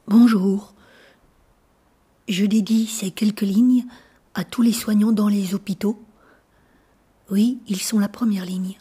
Bonjour. Je dédie ces quelques lignes à tous les soignants dans les hôpitaux. Oui, ils sont la première ligne.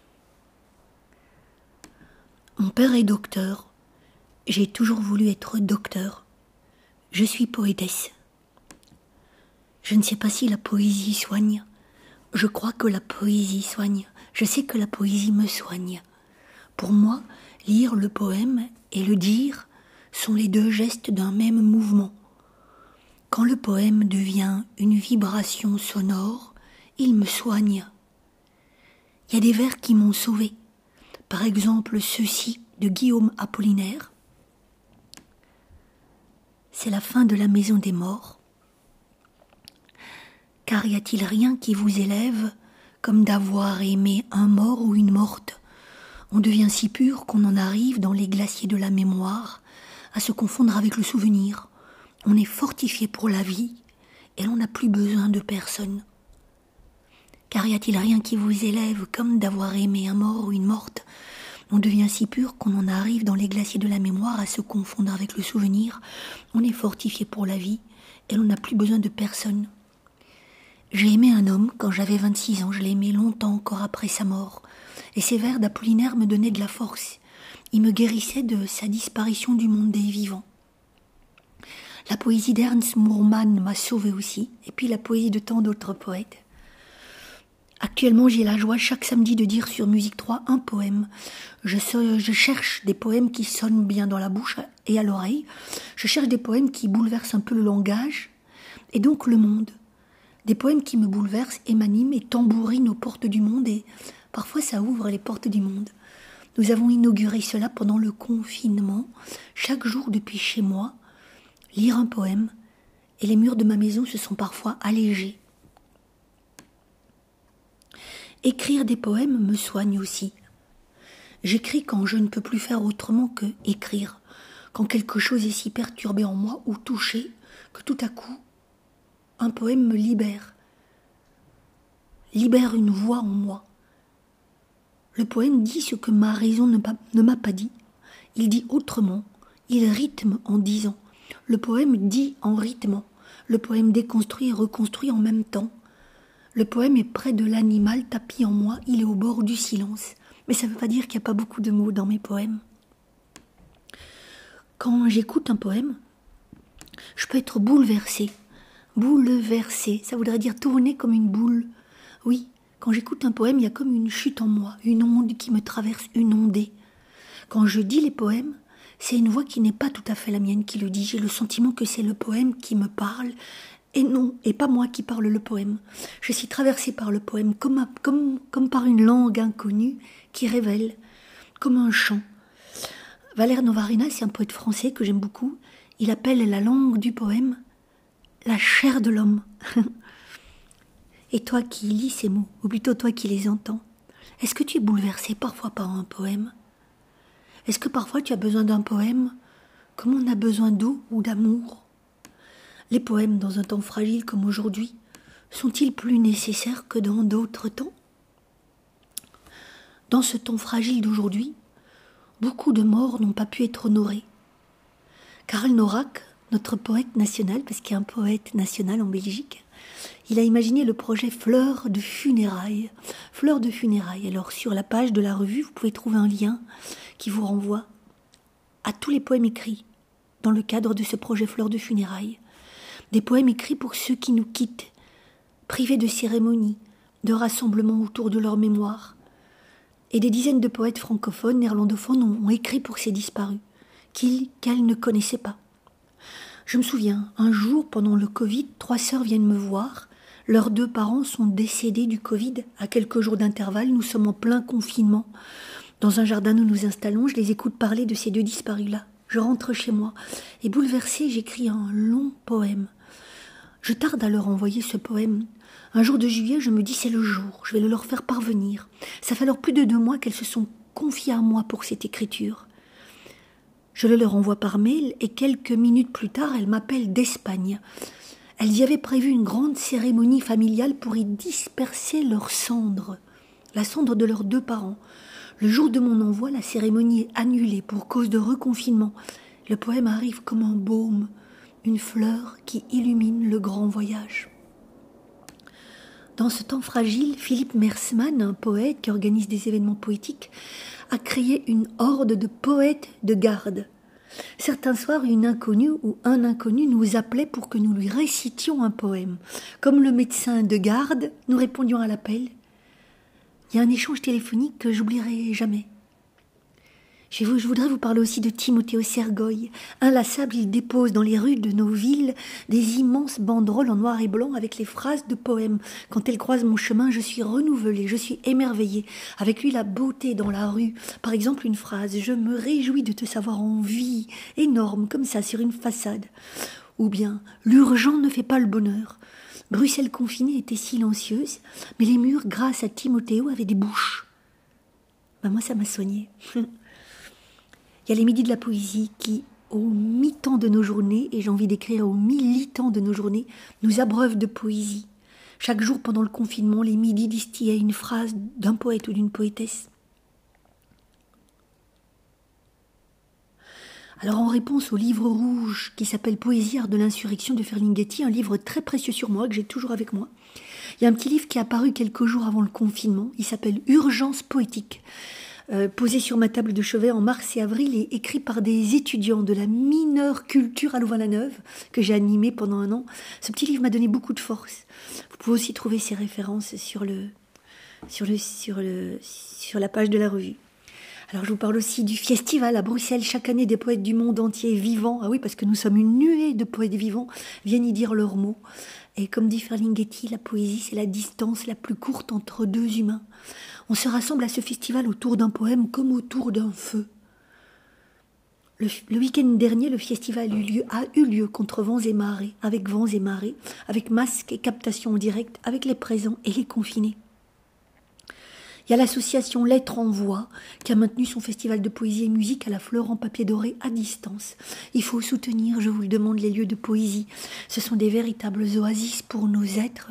Mon père est docteur. J'ai toujours voulu être docteur. Je suis poétesse. Je ne sais pas si la poésie soigne. Je crois que la poésie soigne. Je sais que la poésie me soigne. Pour moi, lire le poème et le dire sont les deux gestes d'un même mouvement. Quand le poème devient une vibration sonore, il me soigne. Il y a des vers qui m'ont sauvé. Par exemple, ceux-ci de Guillaume Apollinaire. C'est la fin de la maison des morts. Car y a-t-il rien qui vous élève comme d'avoir aimé un mort ou une morte? On devient si pur qu'on en arrive dans les glaciers de la mémoire à se confondre avec le souvenir. On est fortifié pour la vie et l'on n'a plus besoin de personne. Car y a-t-il rien qui vous élève comme d'avoir aimé un mort ou une morte? On devient si pur qu'on en arrive dans les glaciers de la mémoire à se confondre avec le souvenir. On est fortifié pour la vie et l'on n'a plus besoin de personne. J'ai aimé un homme quand j'avais 26 ans, je l'ai aimé longtemps encore après sa mort. Et ces vers d'Apollinaire me donnaient de la force. Ils me guérissaient de sa disparition du monde des vivants. La poésie d'Ernst Moorman m'a sauvée aussi, et puis la poésie de tant d'autres poètes. Actuellement, j'ai la joie chaque samedi de dire sur Musique 3 un poème. Je cherche des poèmes qui sonnent bien dans la bouche et à l'oreille. Je cherche des poèmes qui bouleversent un peu le langage et donc le monde. Des poèmes qui me bouleversent et m'animent et tambourinent aux portes du monde et parfois ça ouvre les portes du monde. Nous avons inauguré cela pendant le confinement, chaque jour depuis chez moi, lire un poème et les murs de ma maison se sont parfois allégés. Écrire des poèmes me soigne aussi. J'écris quand je ne peux plus faire autrement que écrire, quand quelque chose est si perturbé en moi ou touché que tout à coup, un poème me libère une voix en moi. Le poème dit ce que ma raison ne m'a pas dit. Il dit autrement, il rythme en disant. Le poème dit en rythmant. Le poème déconstruit et reconstruit en même temps. Le poème est près de l'animal tapi en moi, il est au bord du silence. Mais ça ne veut pas dire qu'il n'y a pas beaucoup de mots dans mes poèmes. Quand j'écoute un poème, je peux être bouleversée. Bouleversée, ça voudrait dire tourner comme une boule. Oui, quand j'écoute un poème, il y a comme une chute en moi, une onde qui me traverse, une ondée. Quand je dis les poèmes, c'est une voix qui n'est pas tout à fait la mienne qui le dit. J'ai le sentiment que c'est le poème qui me parle, et pas moi qui parle le poème. Je suis traversée par le poème, comme par une langue inconnue qui révèle, comme un chant. Valère Novarina, c'est un poète français que j'aime beaucoup. Il appelle la langue du poème la chair de l'homme. Et toi qui lis ces mots, ou plutôt toi qui les entends, est-ce que tu es bouleversé parfois par un poème? Est-ce que parfois tu as besoin d'un poème comme on a besoin d'eau ou d'amour? Les poèmes dans un temps fragile comme aujourd'hui sont-ils plus nécessaires que dans d'autres temps? Dans ce temps fragile d'aujourd'hui, beaucoup de morts n'ont pas pu être honorés. Karel Norak, notre poète national, parce qu'il y a un poète national en Belgique, il a imaginé le projet Fleurs de funérailles. Fleurs de funérailles. Alors sur la page de la revue, vous pouvez trouver un lien qui vous renvoie à tous les poèmes écrits dans le cadre de ce projet Fleurs de funérailles. Des poèmes écrits pour ceux qui nous quittent, privés de cérémonies, de rassemblements autour de leur mémoire. Et des dizaines de poètes francophones, néerlandophones ont écrit pour ces disparus, qu'elles ne connaissaient pas. Je me souviens, un jour, pendant le Covid, 3 sœurs viennent me voir. Leurs 2 parents sont décédés du Covid. À quelques jours d'intervalle, nous sommes en plein confinement. Dans un jardin où nous nous installons, je les écoute parler de ces 2 disparus-là. Je rentre chez moi et bouleversée, j'écris un long poème. Je tarde à leur envoyer ce poème. Un jour de juillet, je me dis c'est le jour, je vais le leur faire parvenir. Ça fait alors plus de 2 mois qu'elles se sont confiées à moi pour cette écriture. Je le leur envoie par mail et quelques minutes plus tard, elles m'appellent d'Espagne. Elles y avaient prévu une grande cérémonie familiale pour y disperser leurs cendres, la cendre de leurs 2 parents. Le jour de mon envoi, la cérémonie est annulée pour cause de reconfinement. Le poème arrive comme un baume, une fleur qui illumine le grand voyage. Dans ce temps fragile, Philippe Mersmann, un poète qui organise des événements poétiques, a créé une horde de poètes de garde. Certains soirs, une inconnue ou un inconnu nous appelait pour que nous lui récitions un poème. Comme le médecin de garde, nous répondions à l'appel. Il y a un échange téléphonique que j'oublierai jamais. Je voudrais vous parler aussi de Timothéo Sergoï. Inlassable, il dépose dans les rues de nos villes des immenses banderoles en noir et blanc avec les phrases de poèmes. Quand elle croise mon chemin, je suis renouvelée, je suis émerveillée. Avec lui, la beauté dans la rue. Par exemple, une phrase « Je me réjouis de te savoir en vie », énorme, comme ça, sur une façade. Ou bien « L'urgent ne fait pas le bonheur ». Bruxelles confinée était silencieuse, mais les murs, grâce à Timothéo, avaient des bouches. Moi, ça m'a soignée. Il y a les midis de la poésie qui, au mi-temps de nos journées, et j'ai envie d'écrire au mi-temps de nos journées, nous abreuvent de poésie. Chaque jour pendant le confinement, les midis distillaient une phrase d'un poète ou d'une poétesse. Alors en réponse au livre rouge qui s'appelle Poésie, art de l'insurrection de Ferlinghetti, un livre très précieux sur moi, que j'ai toujours avec moi, il y a un petit livre qui est apparu quelques jours avant le confinement, il s'appelle Urgence poétique. Posé sur ma table de chevet en mars et avril et écrit par des étudiants de la mineure culture à Louvain-la-Neuve que j'ai animé pendant un an. Ce petit livre m'a donné beaucoup de force. Vous pouvez aussi trouver ces références sur la page de la revue. Alors je vous parle aussi du festival à Bruxelles, chaque année des poètes du monde entier vivants. Ah oui, parce que nous sommes une nuée de poètes vivants, viennent y dire leurs mots. Et comme dit Ferlinghetti, la poésie, c'est la distance la plus courte entre deux humains. On se rassemble à ce festival autour d'un poème comme autour d'un feu. Le week-end dernier, le festival a eu lieu contre vents et marées, avec masques et captation en direct, avec les présents et les confinés. Il y a l'association Lettres en Voix qui a maintenu son festival de poésie et musique à la fleur en papier doré à distance. Il faut soutenir, je vous le demande, les lieux de poésie. Ce sont des véritables oasis pour nos êtres.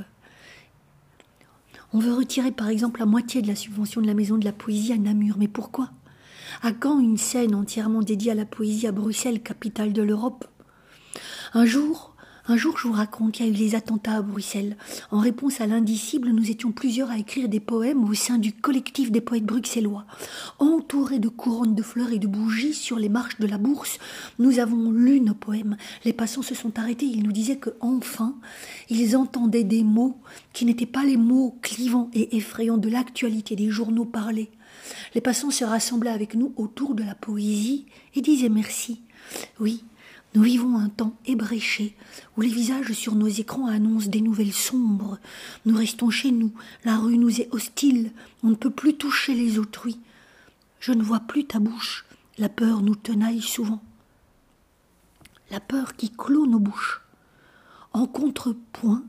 On veut retirer par exemple la moitié de la subvention de la Maison de la Poésie à Namur. Mais pourquoi ? À quand une scène entièrement dédiée à la poésie à Bruxelles, capitale de l'Europe ? Un jour, je vous raconte qu'il y a eu les attentats à Bruxelles. En réponse à l'indicible, nous étions plusieurs à écrire des poèmes au sein du collectif des poètes bruxellois. Entourés de couronnes de fleurs et de bougies sur les marches de la Bourse, nous avons lu nos poèmes. Les passants se sont arrêtés. Ils nous disaient qu'enfin, ils entendaient des mots qui n'étaient pas les mots clivants et effrayants de l'actualité des journaux parlés. Les passants se rassemblaient avec nous autour de la poésie et disaient merci. Oui, nous vivons un temps ébréché, où les visages sur nos écrans annoncent des nouvelles sombres. Nous restons chez nous, la rue nous est hostile, on ne peut plus toucher les autrui. Je ne vois plus ta bouche, la peur nous tenaille souvent. La peur qui clôt nos bouches. En contrepoint,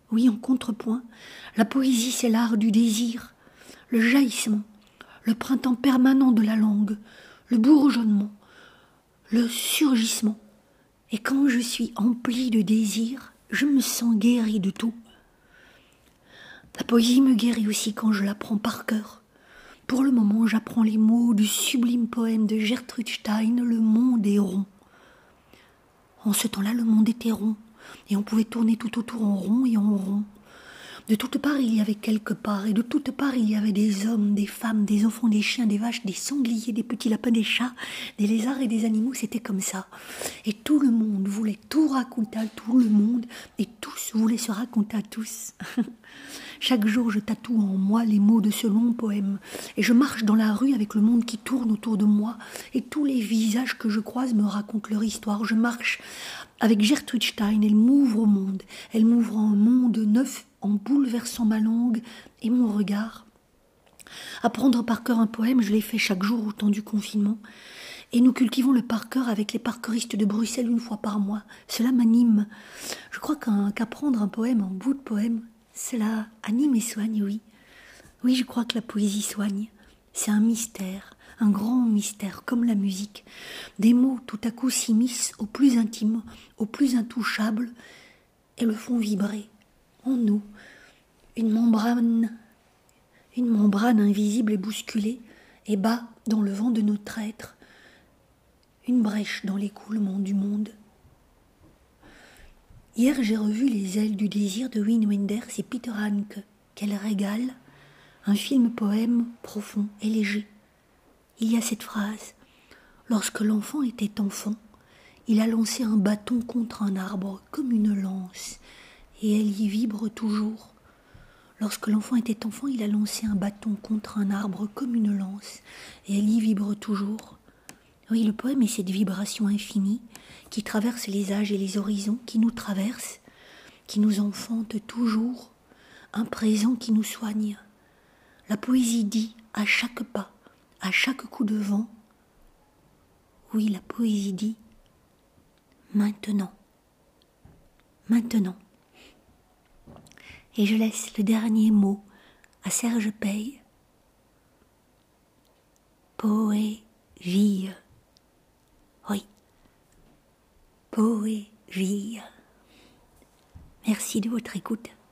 la poésie c'est l'art du désir, le jaillissement, le printemps permanent de la langue, le bourgeonnement, le surgissement. Et quand je suis emplie de désir, je me sens guérie de tout. La poésie me guérit aussi quand je l'apprends par cœur. Pour le moment, j'apprends les mots du sublime poème de Gertrude Stein, « Le monde est rond ». En ce temps-là, le monde était rond, et on pouvait tourner tout autour en rond et en rond. De toutes parts, il y avait quelque part, et de toutes parts, il y avait des hommes, des femmes, des enfants, des chiens, des vaches, des sangliers, des petits lapins, des chats, des lézards et des animaux, c'était comme ça. Et tout le monde voulait tout raconter à tout le monde, et tous voulaient se raconter à tous. Chaque jour, je tatoue en moi les mots de ce long poème, et je marche dans la rue avec le monde qui tourne autour de moi, et tous les visages que je croise me racontent leur histoire. Je marche avec Gertrude Stein, elle m'ouvre au monde, elle m'ouvre un monde neuf, en bouleversant ma langue et mon regard. Apprendre par cœur un poème, je l'ai fait chaque jour au temps du confinement. Et nous cultivons le par cœur avec les parceuristes de Bruxelles une fois par mois. Cela m'anime. Je crois qu'apprendre un poème, un bout de poème, cela anime et soigne, oui. Oui, je crois que la poésie soigne. C'est un mystère, un grand mystère, comme la musique. Des mots tout à coup s'immiscent au plus intime, au plus intouchable, et le font vibrer. En nous, une membrane invisible et bousculée, et bat dans le vent de notre être une brèche dans l'écoulement du monde. Hier, j'ai revu Les ailes du désir de Wim Wenders et Peter Handke. Quel régal! Un film-poème profond et léger. Il y a cette phrase. Lorsque l'enfant était enfant, il a lancé un bâton contre un arbre comme une lance, et elle y vibre toujours. Lorsque l'enfant était enfant, il a lancé un bâton contre un arbre comme une lance, et elle y vibre toujours. Oui, le poème est cette vibration infinie qui traverse les âges et les horizons, qui nous traverse, qui nous enfante toujours, un présent qui nous soigne. La poésie dit à chaque pas, à chaque coup de vent, oui, la poésie dit maintenant, maintenant. Et je laisse le dernier mot à Serge Pey. Poésie. Oui, poésie. Merci de votre écoute.